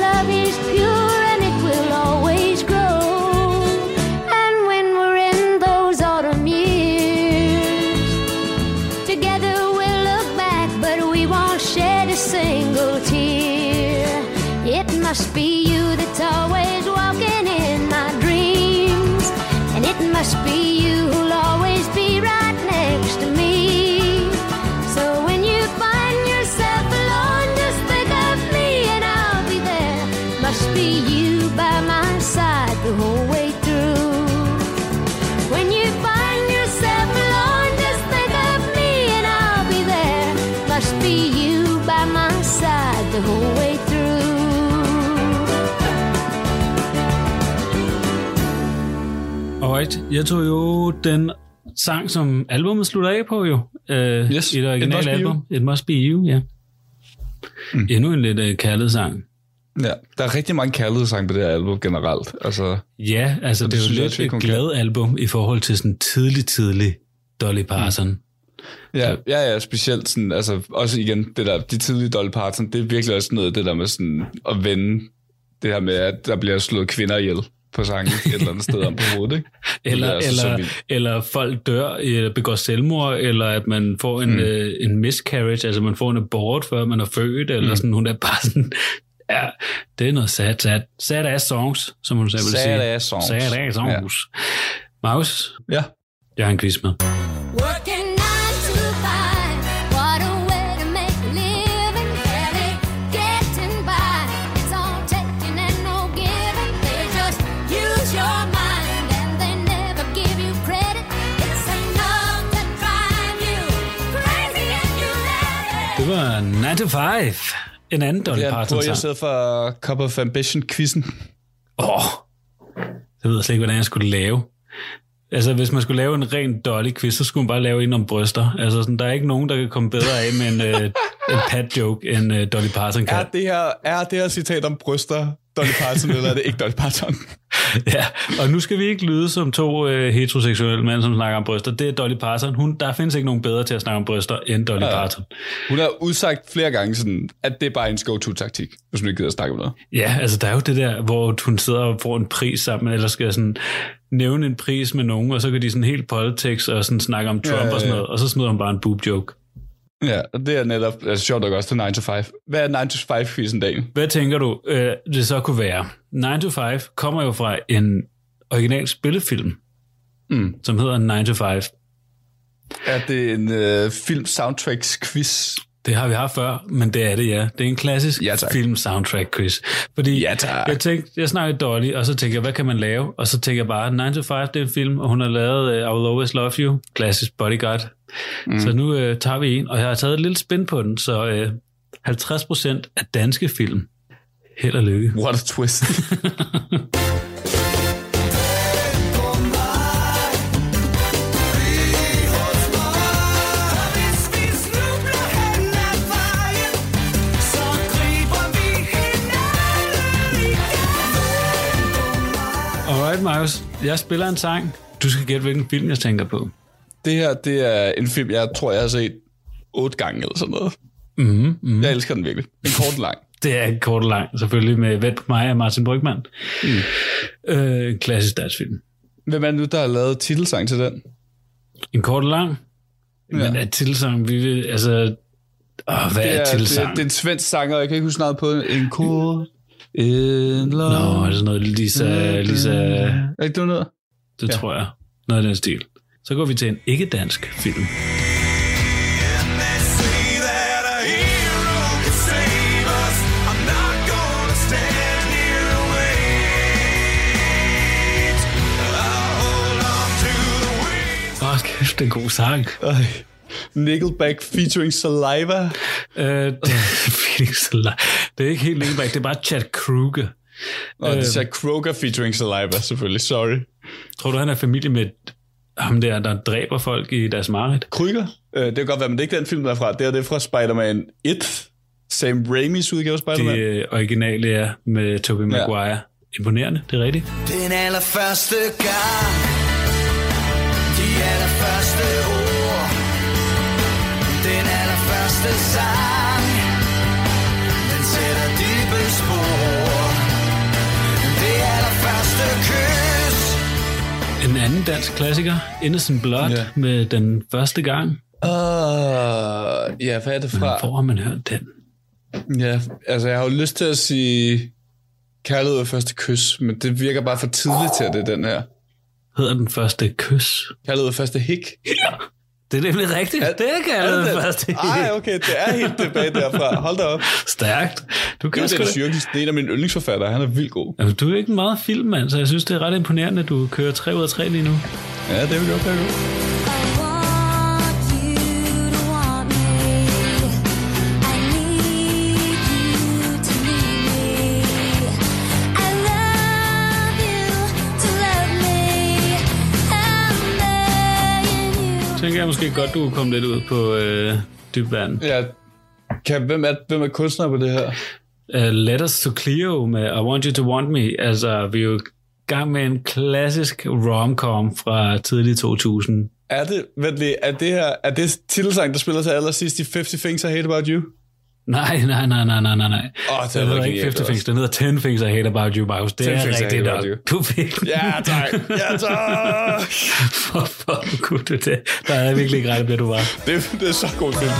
single tear. It must be you that's always walking in my dreams, and it must be you who'll always be right next to me. So when you find yourself alone, just think of me and I'll be there. Must be you by my side the whole way through. When you find yourself alone, just think of me and I'll be there. Must be you by my side the whole way through. Alright, jeg tog jo den sang, som albumet slutter af på jo. Yes, et originalt album. It Must Be You, ja. Endnu en lidt kærlighedssang. Ja, der er rigtig mange kærlighedssange på det her album generelt. Altså, ja, altså det er jo lidt et glad album i forhold til sådan tidlig Dolly Parton. Ja, specielt sådan, altså også igen, det der, de tidlige Dolly Parton, det er virkelig også noget det der med sådan at vende det her med, at der bliver slået kvinder ihjel på sangen et eller andet sted om på hovedet, ikke? Eller folk dør, eller begår selvmord, eller at man får en miscarriage, altså man får en abort, før man er født, eller sådan, hun er bare sådan, ja, det er noget sad ass songs, som hun selv vil sige. Sad ass songs. Ja. Maus? Ja. Jeg har en quiz med. Working 9 to 5, what a way to make a living, barely getting by. It's all taking and no giving. They just use your mind and they never give you credit. It's enough to drive you crazy and you let it. Det var 9 to 5. En anden Dolly Parton-sang. Jeg sidder for Cup of Ambition-quizzen. Jeg ved slet ikke, hvordan jeg skulle lave. Altså, hvis man skulle lave en ren Dolly-quiz, så skulle man bare lave en om bryster. Altså, sådan, der er ikke nogen, der kan komme bedre af med en pat-joke, end Dolly Parton kan. Er det her citat om bryster Dolly Parton, eller er det ikke Dolly Parton? Ja, og nu skal vi ikke lyde som to heteroseksuelle mænd, som snakker om bryster. Det er Dolly Parton. Der findes ikke nogen bedre til at snakke om bryster, end Dolly Parton. Hun har udsagt flere gange, sådan, at det er bare hendes go-to-taktik, hvis hun ikke gider at snakke om noget. Ja, altså der er jo det der, hvor hun sidder og får en pris sammen, eller skal sådan nævne en pris med nogen, og så kan de sådan helt politics og sådan snakke om Trump og sådan noget, og så smider hun bare en boob joke. Ja, og det er netop, altså sjovt nok også til 9 to 5. Hvad er 9 to 5-quizzen dagen? Hvad tænker du, det så kunne være? 9 to 5 kommer jo fra en original spillefilm, som hedder 9 to 5. Er det en film-soundtracks-quiz? Det har vi haft før, men det er det, ja. Det er en klassisk film-soundtrack-quiz. Fordi jeg tænkte, jeg snakkede Dolly, og så tænkte jeg, hvad kan man lave? Og så tænkte jeg bare, 9 to 5, det er en film, og hun har lavet I Will Always Love You, klassisk Bodyguard. Så nu tager vi en, og jeg har taget et lille spin på den, så 50% af danske film. Held og lykke. What a twist. Alright, Marius. Jeg spiller en sang. Du skal gætte, hvilken film jeg tænker på. Det her, det er en film, jeg tror, jeg har set 8 gange eller sådan noget. Jeg elsker den virkelig. En kort og lang. Det er en kort og lang, selvfølgelig med Vent på mig af Martin Brygmann. En klassisk dansk film. Hvem er det nu, der har lavet titelsang til den? En kort og lang? Men er titelsang, vi vil, altså... hvad er titelsang? Det er en svensk sanger, jeg kan ikke huske navnet på den. En kort... Nå, altså noget Lisa... Er ikke det noget? Det tror jeg. Noget af den stil. Så går vi til en ikke-dansk film. Kæft, det er en god sang. Nickelback featuring Saliva. Det er ikke helt Nickelback, det er bare Chad Kroeger. Det er Chad Kroeger featuring Saliva, selvfølgelig. Sorry. Tror du, han er familie med ham der dræber folk i deres mareridt? Kroeger? Det kan godt være, men det er ikke den film derfra. Det er det fra Spider-Man 1. Sam Raimis udgave af Spider-Man. Det originale er med Tobey Maguire. Imponerende, det er rigtigt. Den allerførste gang, de allerførste ord, den allerførste sang, den sætter dybe spor. Det allerførste kys. En anden dansk klassiker, Innocent Blood, med Den første gang. Ja, hvad er det fra? Hvor har man hørt den? Ja, altså jeg har jo lyst til at sige kærlighed ved første kys, men det virker bare for tidligt til, at det er den her. Hedder den første kys? Kærlighed ved første hik? Ja, det er nemlig rigtigt. Det er kærlighed ved første hik. Ej, okay, det er helt tilbage derfra. Hold da op. Stærkt. Du kan det er en af mine yndlingsforfattere. Han er vildt god. Jamen, du er ikke en meget filmmand, så jeg synes, det er ret imponerende, at du kører 3 ud af 3 lige nu. Ja, det er jo godt, det er godt. Tænker jeg måske godt, du kunne komme lidt ud på dybt vand. Ja. Hvem er kunstner på det her? Letters to Cleo med I Want You to Want Me. Altså, vi er jo i gang med en klassisk rom-com fra tidlig 2000. Er det titelsang, der spiller sig allersidst i 50 Things I Hate About You? Nej. Det hedder ikke 50 Things, det hedder 10 Things I Hate About You, Maus. Det er rigtigt nok. Du fik den. Ja, tak. Hvorfor kunne du det? Der er virkelig ikke ret, hvad du var. Det er så god film.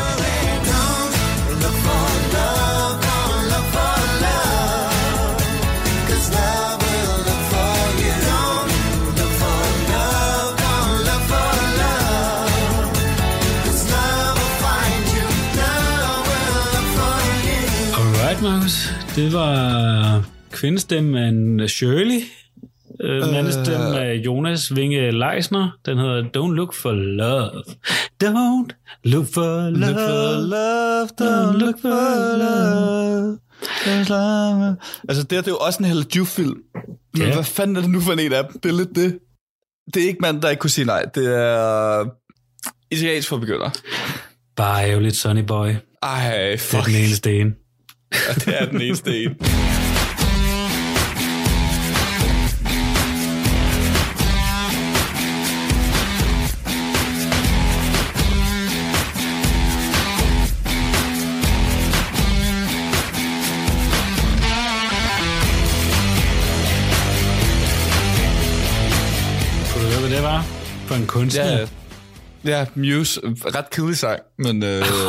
Markus, det var kvindestemmen Shirley, mandestemmen af Jonas Winge Leisner. Den hedder Don't Look for Love. Don't look for love. Don't look for love. Altså det er jo også en Hella Juf-film. Ja. Hvad fanden er det nu for en af dem? Det er lidt det. Det er ikke mand, der ikke kunne sige nej. Det er italiensk for begynder. Bare ærgerligt, Sonny Boy. Ej, fuck. Det er den eneste en. Ja, det er den eneste en. Kunne du høre, hvad det var for en kunstner? Ja, Muse. Ret kedelig sang, men...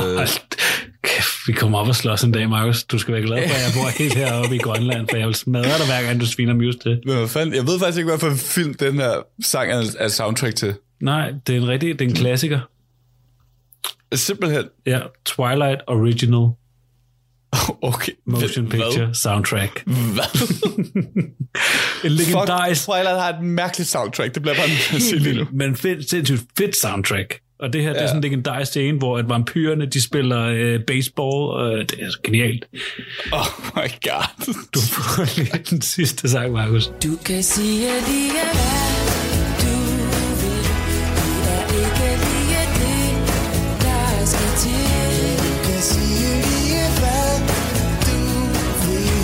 Vi kommer op og slås en dag, Markus. Du skal være glad for, at jeg bor helt heroppe i Grønland, for jeg vil smadre dig, hver gang du sviner Muse til. Men hvad fanden? Jeg ved faktisk ikke, hvad for en film den her sang er soundtrack til. Nej, det er en klassiker. Simpelthen? Ja, Twilight Original. Okay. Motion Picture Soundtrack. Hvad? En legendarisk... Twilight har et mærkeligt soundtrack. Det bliver bare en sige lige nu. Men sindssygt fedt soundtrack. Og det her, det er sådan en legendarisk scene, hvor at vampyrerne, de spiller baseball, og det er genialt. Oh my god. Du får lige den sidste sang, Markus. Du kan sige lige hvad du vil. Det er ikke lige det, der skal til. Du kan sige lige hvad du vil.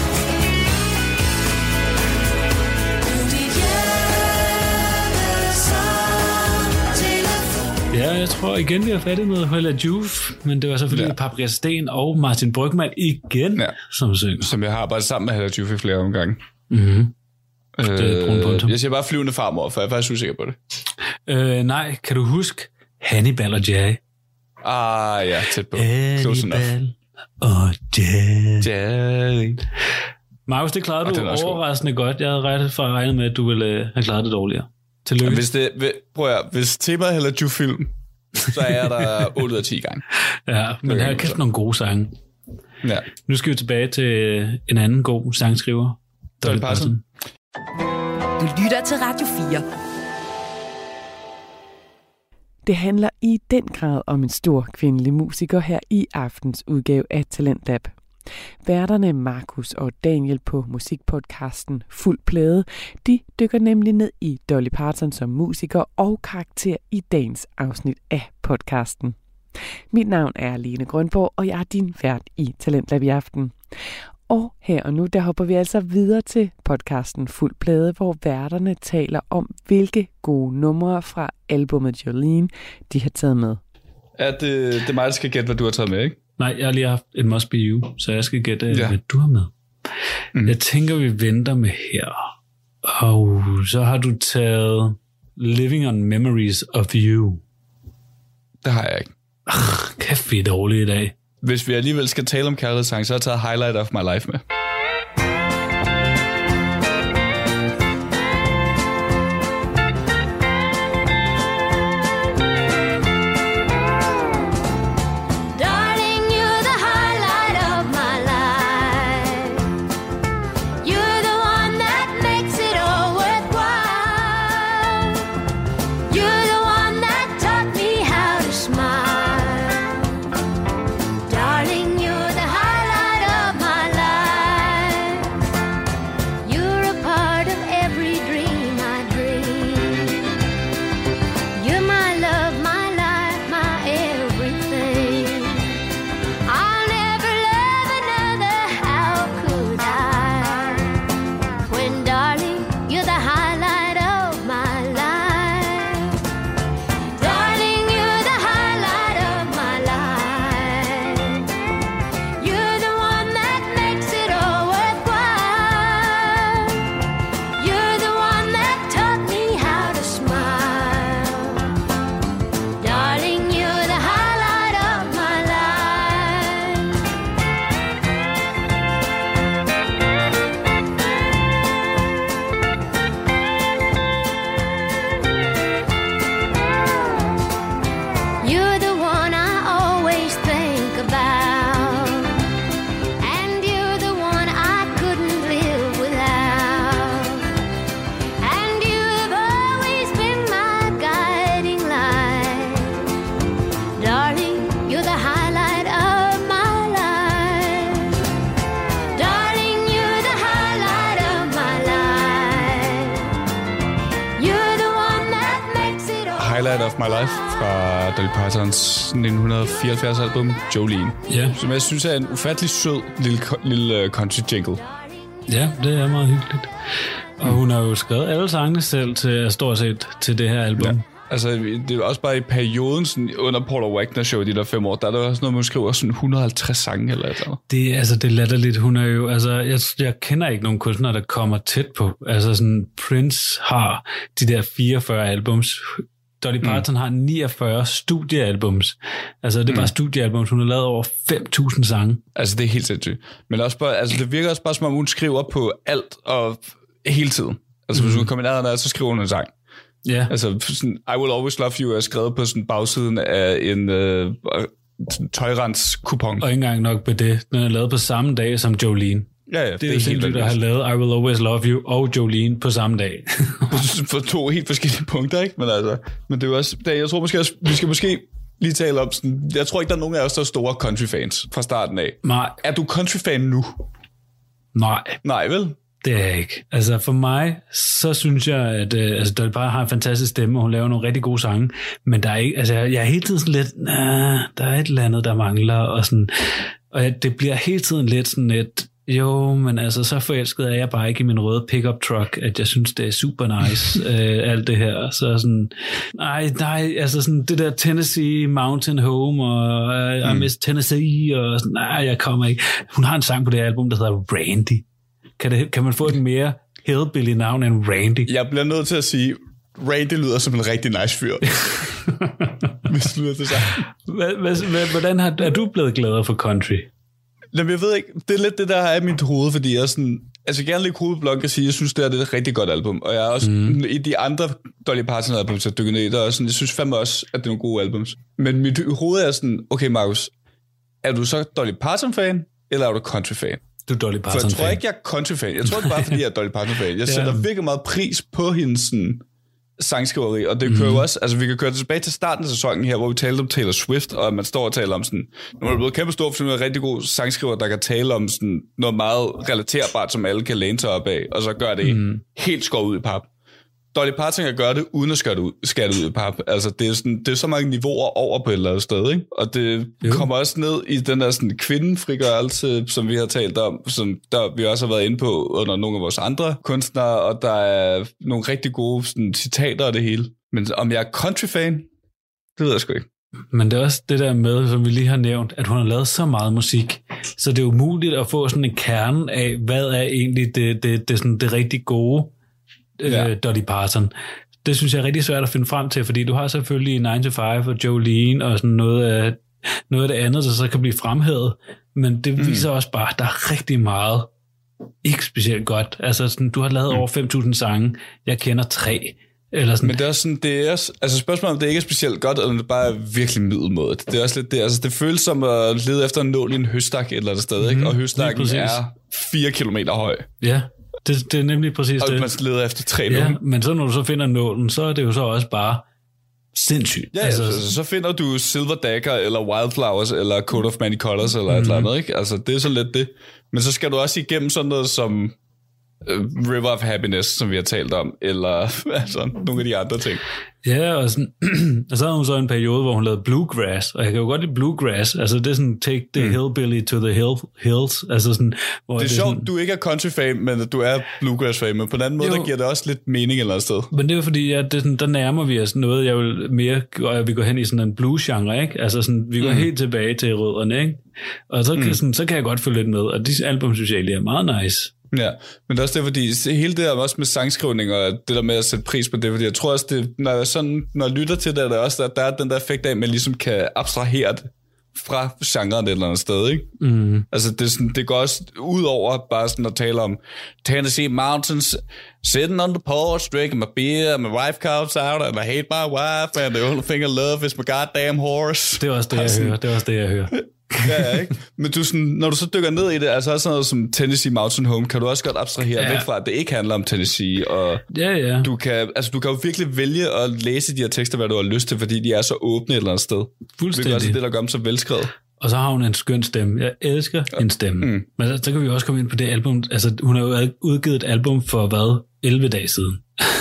Ja, jeg tror igen, vi har fattet noget Hella Juf, men det var selvfølgelig Paprika Sten og Martin Brygmann igen, som synger. Som jeg har arbejdet sammen med Hella Juf i flere omgange. Mm-hmm. Jeg siger bare flyvende farmor, for jeg er faktisk usikker på det. Nej, kan du huske Hannibal og Jay? Ja, tæt på. Hannibal og Jay. Markus, det klarede du overraskende godt. Jeg havde regnet med, at du ville have klaret det dårligere. Tillykke. Hvis temaet Hella Juf-film, så er der 8 ud af 10 gange. Ja, men her er kæft nogle gode sange. Ja. Nu skal vi tilbage til en anden god sangskriver. Dolly Parton. Du lytter til Radio 4. Det handler i den grad om en stor kvindelig musiker her i aftens udgave af Talentlab. Værterne Markus og Daniel på musikpodcasten Fuld Plade, de dykker nemlig ned i Dolly Parton som musiker og karakter i dagens afsnit af podcasten. Mit navn er Lene Grønborg, og jeg er din vært i Talentlab i aften. Og her og nu, der hopper vi altså videre til podcasten Fuld Plade, hvor værterne taler om, hvilke gode numre fra albumet Jolene, de har taget med. Ja, det er mig, der skal gætte, hvad du har taget med, ikke? Nej, jeg har lige haft It Must Be You, så jeg skal gætte, hvad du har med. Jeg tænker, vi venter med her. Og så har du taget Living on Memories of You. Det har jeg ikke. Kæft, vi er dårlige i dag. hvis vi alligevel skal tale om kærlighedssang, så har jeg taget Highlight of My Life med. Highlight of My Life fra Dolly Partons 1974 album Jolene, som jeg synes er en ufattelig sød lille country jingle. Ja, det er meget hyggeligt. Og hun har jo skrevet alle sangene selv til stort set til det her album. Ja. Altså, det er også bare i perioden sådan, under Paula Wagner show de der 5 år, der er der også noget, man skriver sådan 150 sange eller et eller andet. Det er latterligt. Hun er jo, altså, jeg kender ikke nogen kunstnere, der kommer tæt på. Altså sådan, Prince har de der 44 albums. Dolly Parton har 49 studiealbums. Altså, det er bare studiealbums. Hun har lavet over 5.000 sange. Altså, det er helt sindssygt. Men også bare, altså, det virker også bare, som om hun skriver på alt og hele tiden. Altså, hvis hun kommer ned, så skriver hun en sang. Ja. Altså, sådan, I Will Always Love You er skrevet på sådan bagsiden af en tøjrens-kupon. Og ikke engang nok på det. Den er lavet på samme dag som Jolene. Ja, det er jo sindssygt at have lavet I Will Always Love You og Jolene på samme dag. For 2 helt forskellige punkter, ikke? Men det er jo også, jeg tror måske også, vi skal måske lige tale om sådan, jeg tror ikke, der er nogen af os, der er store country-fans fra starten af. Nej. Er du country-fan nu? Nej. Nej, vel? Det er jeg ikke. Altså for mig, så synes jeg, at Dolly Parton har en fantastisk stemme, og hun laver nogle rigtig gode sange, men der er ikke, altså jeg er hele tiden sådan lidt, der er et eller andet, der mangler, og sådan, og det bliver hele tiden lidt sådan lidt, jo, men altså så forelsket er jeg bare ikke i min røde pickup truck, at jeg synes, det er super nice, alt det her. Så sådan, nej, altså sådan det der Tennessee Mountain Home, og I Miss Tennessee, og sådan, nej, jeg kommer ikke. Hun har en sang på det album, der hedder Randy. Kan man få et mere hillbilly navn end Randy? Jeg bliver nødt til at sige, Randy lyder som en rigtig nice fyr. Hvis du lyder til sig. Hvordan er du blevet gladere for country? Jamen, jeg ved ikke, det er lidt det, der er i mit hoved, fordi jeg sådan, altså gerne lige hovedblok at sige, jeg synes, det er et rigtig godt album, og jeg er også i de andre Dolly Parton albums, jeg dykker ned i, der er sådan, jeg synes fandme også, at det er nogle gode albums. Men mit hoved er sådan, okay Markus, er du så Dolly Parton-fan, eller er du country-fan? Du er Dolly Parton-fan. For jeg tror ikke, jeg er country-fan. Jeg tror ikke bare, fordi jeg er Dolly Parton-fan. Jeg sætter virkelig meget pris på hendes sådan, sangskriveri, og det kører jo også, altså vi kan køre tilbage til starten af sæsonen her, hvor vi talte om Taylor Swift, og man står og taler om sådan, nu er det blevet kæmpe stort, for hun er en rigtig god sangskriver, der kan tale om sådan noget meget relaterbart, som alle kan læne sig op af, og så gør det helt skåret ud i pap. Dolly Parton kan gøre det, uden at skære det ud i pap. Altså, det er så mange niveauer over på et eller andet sted, ikke? Og det kommer også ned i den der sådan kvindefrigørelse, som vi har talt om, som der vi også har været inde på under nogle af vores andre kunstnere, og der er nogle rigtig gode sådan, citater af det hele. Men om jeg er country-fan, det ved jeg sgu ikke. Men det er også det der med, som vi lige har nævnt, at hun har lavet så meget musik, så det er umuligt at få sådan en kerne af, hvad er egentlig det rigtig gode Dolly Parton. Det synes jeg er rigtig svært at finde frem til, fordi du har selvfølgelig 9 to 5 og Jolene og sådan noget af noget af det andet, der så kan blive fremhævet, men det viser også bare, at der er rigtig meget ikke specielt godt. Altså, sådan, du har lavet over 5.000 sange, jeg kender 3. Eller sådan. Men det er også sådan, det er også, altså spørgsmålet om det ikke er specielt godt, eller det bare er virkelig middelmådet. Det er også lidt det, altså det føles som at lede efter en nål i en høstak et eller andet sted, ikke? Og høstakken er 4 kilometer høj. Ja, det er nemlig præcis og det. Og man leder efter 3 nål. Ja, men så når du så finder nålen, så er det jo så også bare sindssygt. Ja, altså, så finder du Silver Dagger, eller Wildflowers, eller Coat of Many Colors, eller et eller andet, ikke? Altså, det er så lidt det. Men så skal du også igennem sådan noget som River of Happiness, som vi har talt om, eller altså, nogle af de andre ting. Ja, og, sådan, og så havde hun så en periode, hvor hun lavede bluegrass, og jeg kan jo godt lide bluegrass, altså det er sådan, take the hillbilly to the hills, altså sådan, hvor det er sjovt, sådan, du ikke er country-fan, men du er bluegrass-fan, men på den anden måde, der giver det også lidt mening et eller andet sted. Men det er jo fordi, at det sådan, der nærmer vi os noget, jeg vil mere, og vi går hen i sådan en blues-genre, ikke? Altså sådan, vi går helt tilbage til rødderne, ikke? Og så kan, så kan jeg godt følge lidt med, og de album synes jeg egentlig er meget nice. Ja, men det er også det, fordi hele det der også med sangskrivning og det der med at sætte pris på det, fordi jeg tror også, det, når jeg lytter til det, er der også, der er den der effekt af, at man ligesom kan abstrahere det fra genren et eller andet sted, ikke? Altså det, sådan, det går også ud over bare sådan at tale om Tennessee Mountains, sitting on the porch, drinking my beer, my wife comes out, and I hate my wife, and the only thing I love is my goddamn horse. Det er også det, jeg hører. Ja, ikke? Men du sådan, når du så dykker ned i det, altså også sådan noget som Tennessee Mountain Home, kan du også godt abstrahere væk fra, at det ikke handler om Tennessee, og du kan jo virkelig vælge at læse de her tekster, hvad du har lyst til, fordi de er så åbne et eller andet sted. Fuldstændig. Det er også det, der gør dem så velskrevet. Og så har hun en skøn stemme. Jeg elsker en stemme. Men så kan vi også komme ind på det album. Altså, hun har jo udgivet et album for 11 dage siden.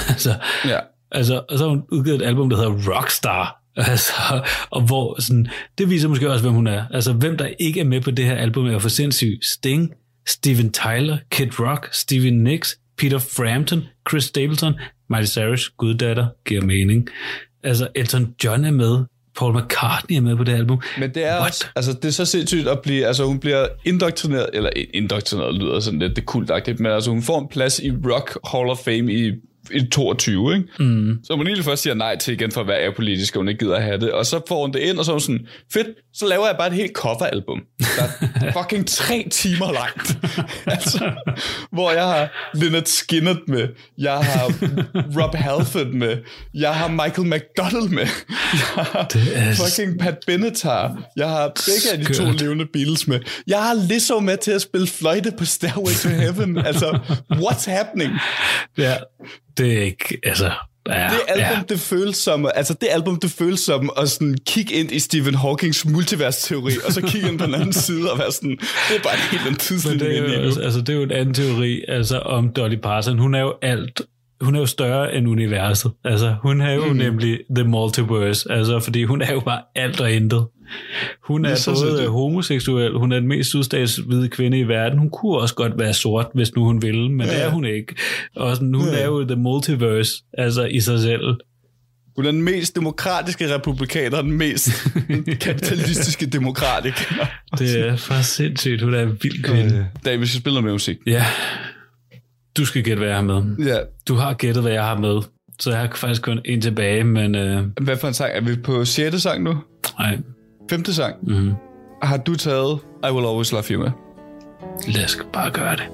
Altså, og så har hun udgivet et album, der hedder Rockstar. Altså, og hvor sådan, det viser måske også, hvem hun er. Altså, hvem der ikke er med på det her album er for sindssygt. Sting, Steven Tyler, Kid Rock, Stevie Nicks, Peter Frampton, Chris Stapleton, Miley Cyrus, guddatter, giver mening. Altså, Elton John er med, Paul McCartney er med på det album. Men det er også, altså det er så sindssygt at blive, altså hun bliver indoktrineret, eller indoktrineret lyder sådan lidt, det er kultagtigt, men altså hun får en plads i Rock Hall of Fame i 22, ikke? Så hun egentlig først siger nej til igen for at være apolitisk, og hun ikke gider at have det, og så får hun det ind, og så er hun sådan, fedt, så laver jeg bare et helt coveralbum, der er fucking 3 timer langt, altså, hvor jeg har Lynyrd Skynyrd med, jeg har Rob Halford med, jeg har Michael McDonald med, jeg har fucking Pat Benatar, jeg har begge af de 2 levende Beatles med, jeg har Lizzo med til at spille fløjte på Stairway to Heaven, altså, what's happening? Ja, det er ikke, altså... Ja, det føles som, altså det album, det føles som at sådan kigge ind i Stephen Hawkings multiversteori, og så kigge ind på den anden side og være sådan, det er bare en helt anden tidslinje. Altså det er jo en anden teori, altså om Dolly Parton, hun er jo større end universet, altså hun er jo nemlig the multiverse, altså fordi hun er jo bare alt og intet. Hun er både homoseksuel, hun er den mest sydstatshvide kvinde i verden, hun kunne også godt være sort, hvis nu hun ville, men det er hun ikke. Og sådan, hun er jo the multiverse, altså i sig selv. Hun er den mest demokratiske republikaner, den mest kapitalistiske demokratiker. Det er faktisk sindssygt, hun er en vild kvinde. David, vi skal spille noget med musik. Ja. Du skal gætte, hvad jeg har med. Ja. Du har gættet, hvad jeg har med. Så jeg har faktisk kun en tilbage, men... Hvad for en sang? Er vi på 6. sang nu? Nej. 5. sang? Har du taget I Will Always Love You med? Lad os bare gøre det.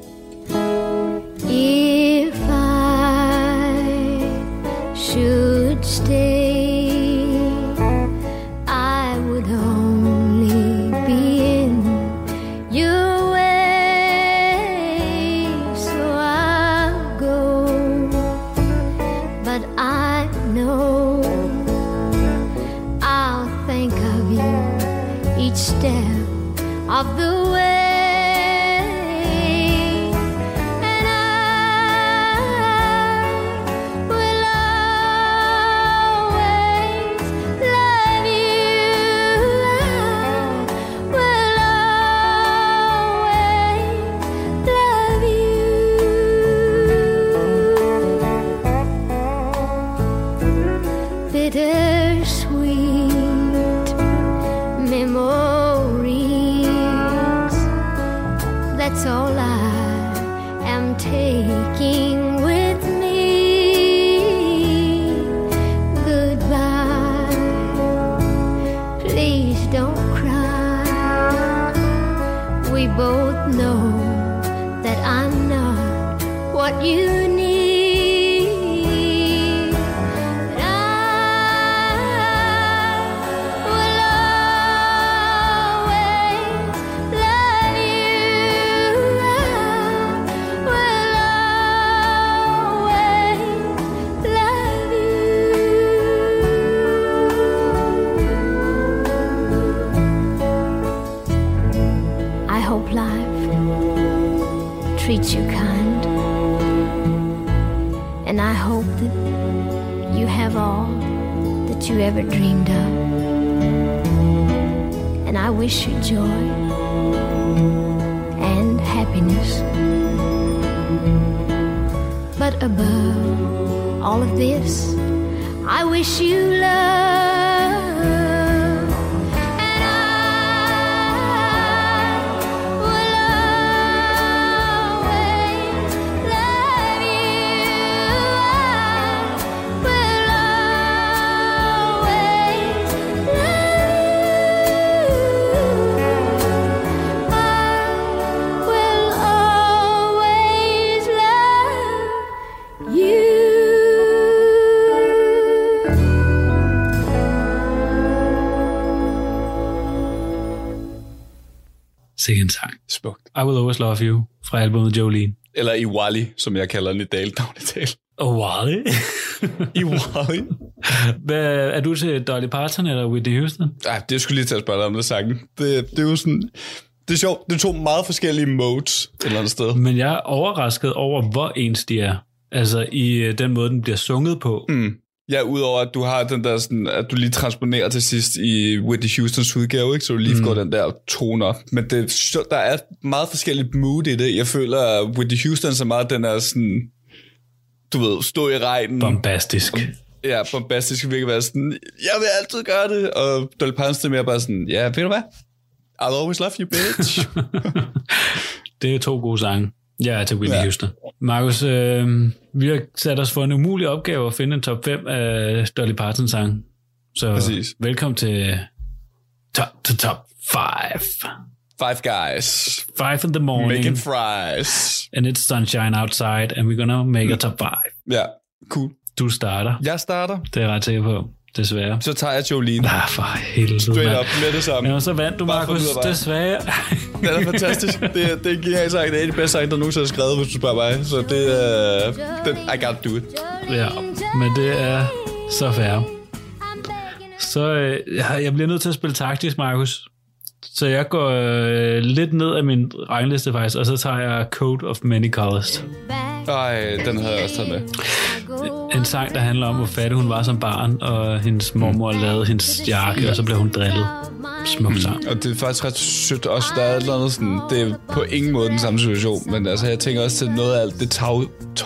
If I should stay, I would only be in your way, so I'll go, but I know I'll think of you each step of the way. That's all I am taking with me. Goodbye, please don't cry. what you need. But I will always love you. I will always love you. I hope life treats you kind, and I hope that you have all that you ever dreamed of, and I wish you joy and happiness. But above all of this, I wish you love. Sikke en sang. Smukt. I Will Always Love You fra albumet Jolene. Eller i Wally, som jeg kalder den i dagligtale. Wally? I Wally. Er du til Dolly Parton eller Whitney Houston? Ja, det skulle lige til at spørge dig om det sangen. Det er jo sådan... Det er sjovt. Det er to meget forskellige modes et eller andet sted. Men jeg er overrasket over, hvor ens de er. Altså i den måde, den bliver sunget på. Mm. Ja, udover at du har den der sådan, at du lige transponerer til sidst i Whitney Houstons udgave, ikke? Så du lige får den der tone op. Men der er meget forskelligt mood i det. Jeg føler, at Whitney Houston så meget, den er sådan, du ved, stå i regnen. Bombastisk. Ja, bombastisk vil ikke være sådan, jeg vil altid gøre det. Og Dolly Parton er mere bare sådan, ja, ved du hvad? I'll always love you, bitch. Det er 2 gode sange. Jeg er til Whitney Houston. Markus, vi har sat os for en umulig opgave at finde en top 5 af Dolly Parton sang. Så præcis. Velkommen til top 5. 5 guys. 5 in the morning. Making fries. And it's sunshine outside, and we're gonna make a top 5. Ja, cool. Du starter. Jeg starter. Det er jeg ret sikker på. Desværre. Så tager jeg Jolene. For helvede. Straight up med det samme. Ja, så vandt du, Markus. Desværre. Det er fantastisk. Det er genialt sagt. Det er de bedste sang, der nogensinde er skrevet, hvis du spørger mig. Så det er... I gotta do it. Ja, men det er så fair. Så jeg bliver nødt til at spille taktisk, Markus. Så jeg går lidt ned af min rangliste faktisk, og så tager jeg Coat of Many Colors. Ej, den havde jeg også taget med. En sang, der handler om, hvor fattig hun var som barn, og hendes mormor lavede hendes jakke, og så blev hun drillet. Smuk sang. Og det er faktisk ret sødt også. Der er et eller andet sådan, det er på ingen måde den samme situation, men altså, jeg tænker også til noget af alt det tag,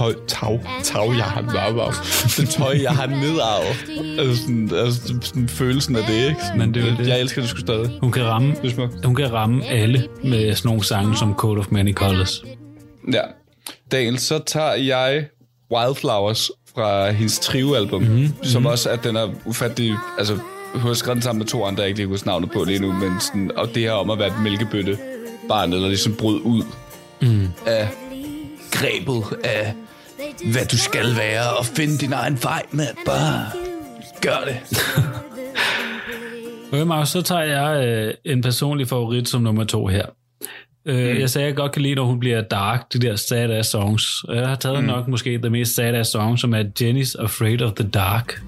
jeg har nedarvet. Det tøj, jeg har nedarvet. Altså sådan følelsen af det, ikke? Sådan, men det er det. Jeg elsker det sgu stadig. Hun kan ramme alle med sådan nogle sange som Coat of Many Colors. Ja. Daniel, så tager jeg Wildflowers fra hendes Trio-album, som også, at den er ufattelig, altså, hun har skrevet den sammen med 2 andre, jeg ikke lige husker navnet på lige nu, men sådan, og det her om at være et mælkebøtte barn, eller ligesom brød ud af grebet af, hvad du skal være, og finde din egen vej med at bare gøre det. Okay, Marcus, så tager jeg en personlig favorit som nummer 2 her. Jeg sagde, at jeg godt kan lide, når hun bliver dark, de der sad-ass songs. Jeg har taget nok måske det mest sad-ass song, som er Jenny's Afraid of the Dark.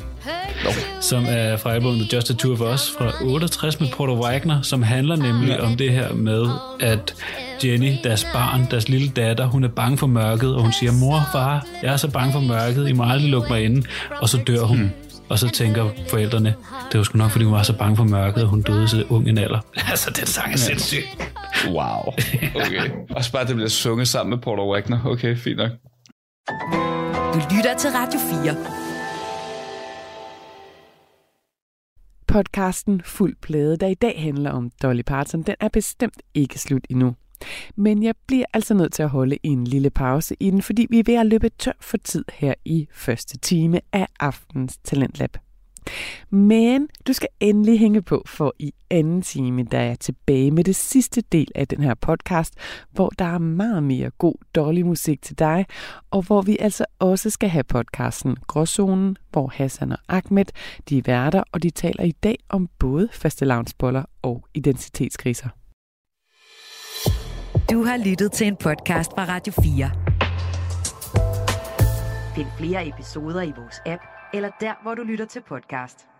Som er fra albumet Just the Two of Us fra 68 med Porter Wagner, som handler nemlig om det her med, at Jenny, deres barn, deres lille datter, hun er bange for mørket, og hun siger, mor, far, jeg er så bange for mørket, I må aldrig lukke mig inde, og så dør hun. Og så tænker forældrene, det var sgu nok, fordi hun var så bange for mørket, og hun døde så ung en alder. Altså, den sang er sindssyg. Wow. Okay. Og så bare, det bliver sunget sammen med Porter Wagner. Okay, fint nok. Du lytter til Radio 4. Podcasten Fuld Plade, der i dag handler om Dolly Parton, den er bestemt ikke slut endnu. Men jeg bliver altså nødt til at holde en lille pause i den, fordi vi er ved at løbe tør for tid her i første time af aftens Talentlab. Men du skal endelig hænge på, for i anden time, der er jeg tilbage med det sidste del af den her podcast, hvor der er meget mere god Dolly-musik til dig, og hvor vi altså også skal have podcasten Gråzonen, hvor Hassan og Ahmed, de er værter, og de taler i dag om både fastelavnsboller og identitetskriser. Du har lyttet til en podcast fra Radio 4. Find flere episoder i vores app, eller der, hvor du lytter til podcast.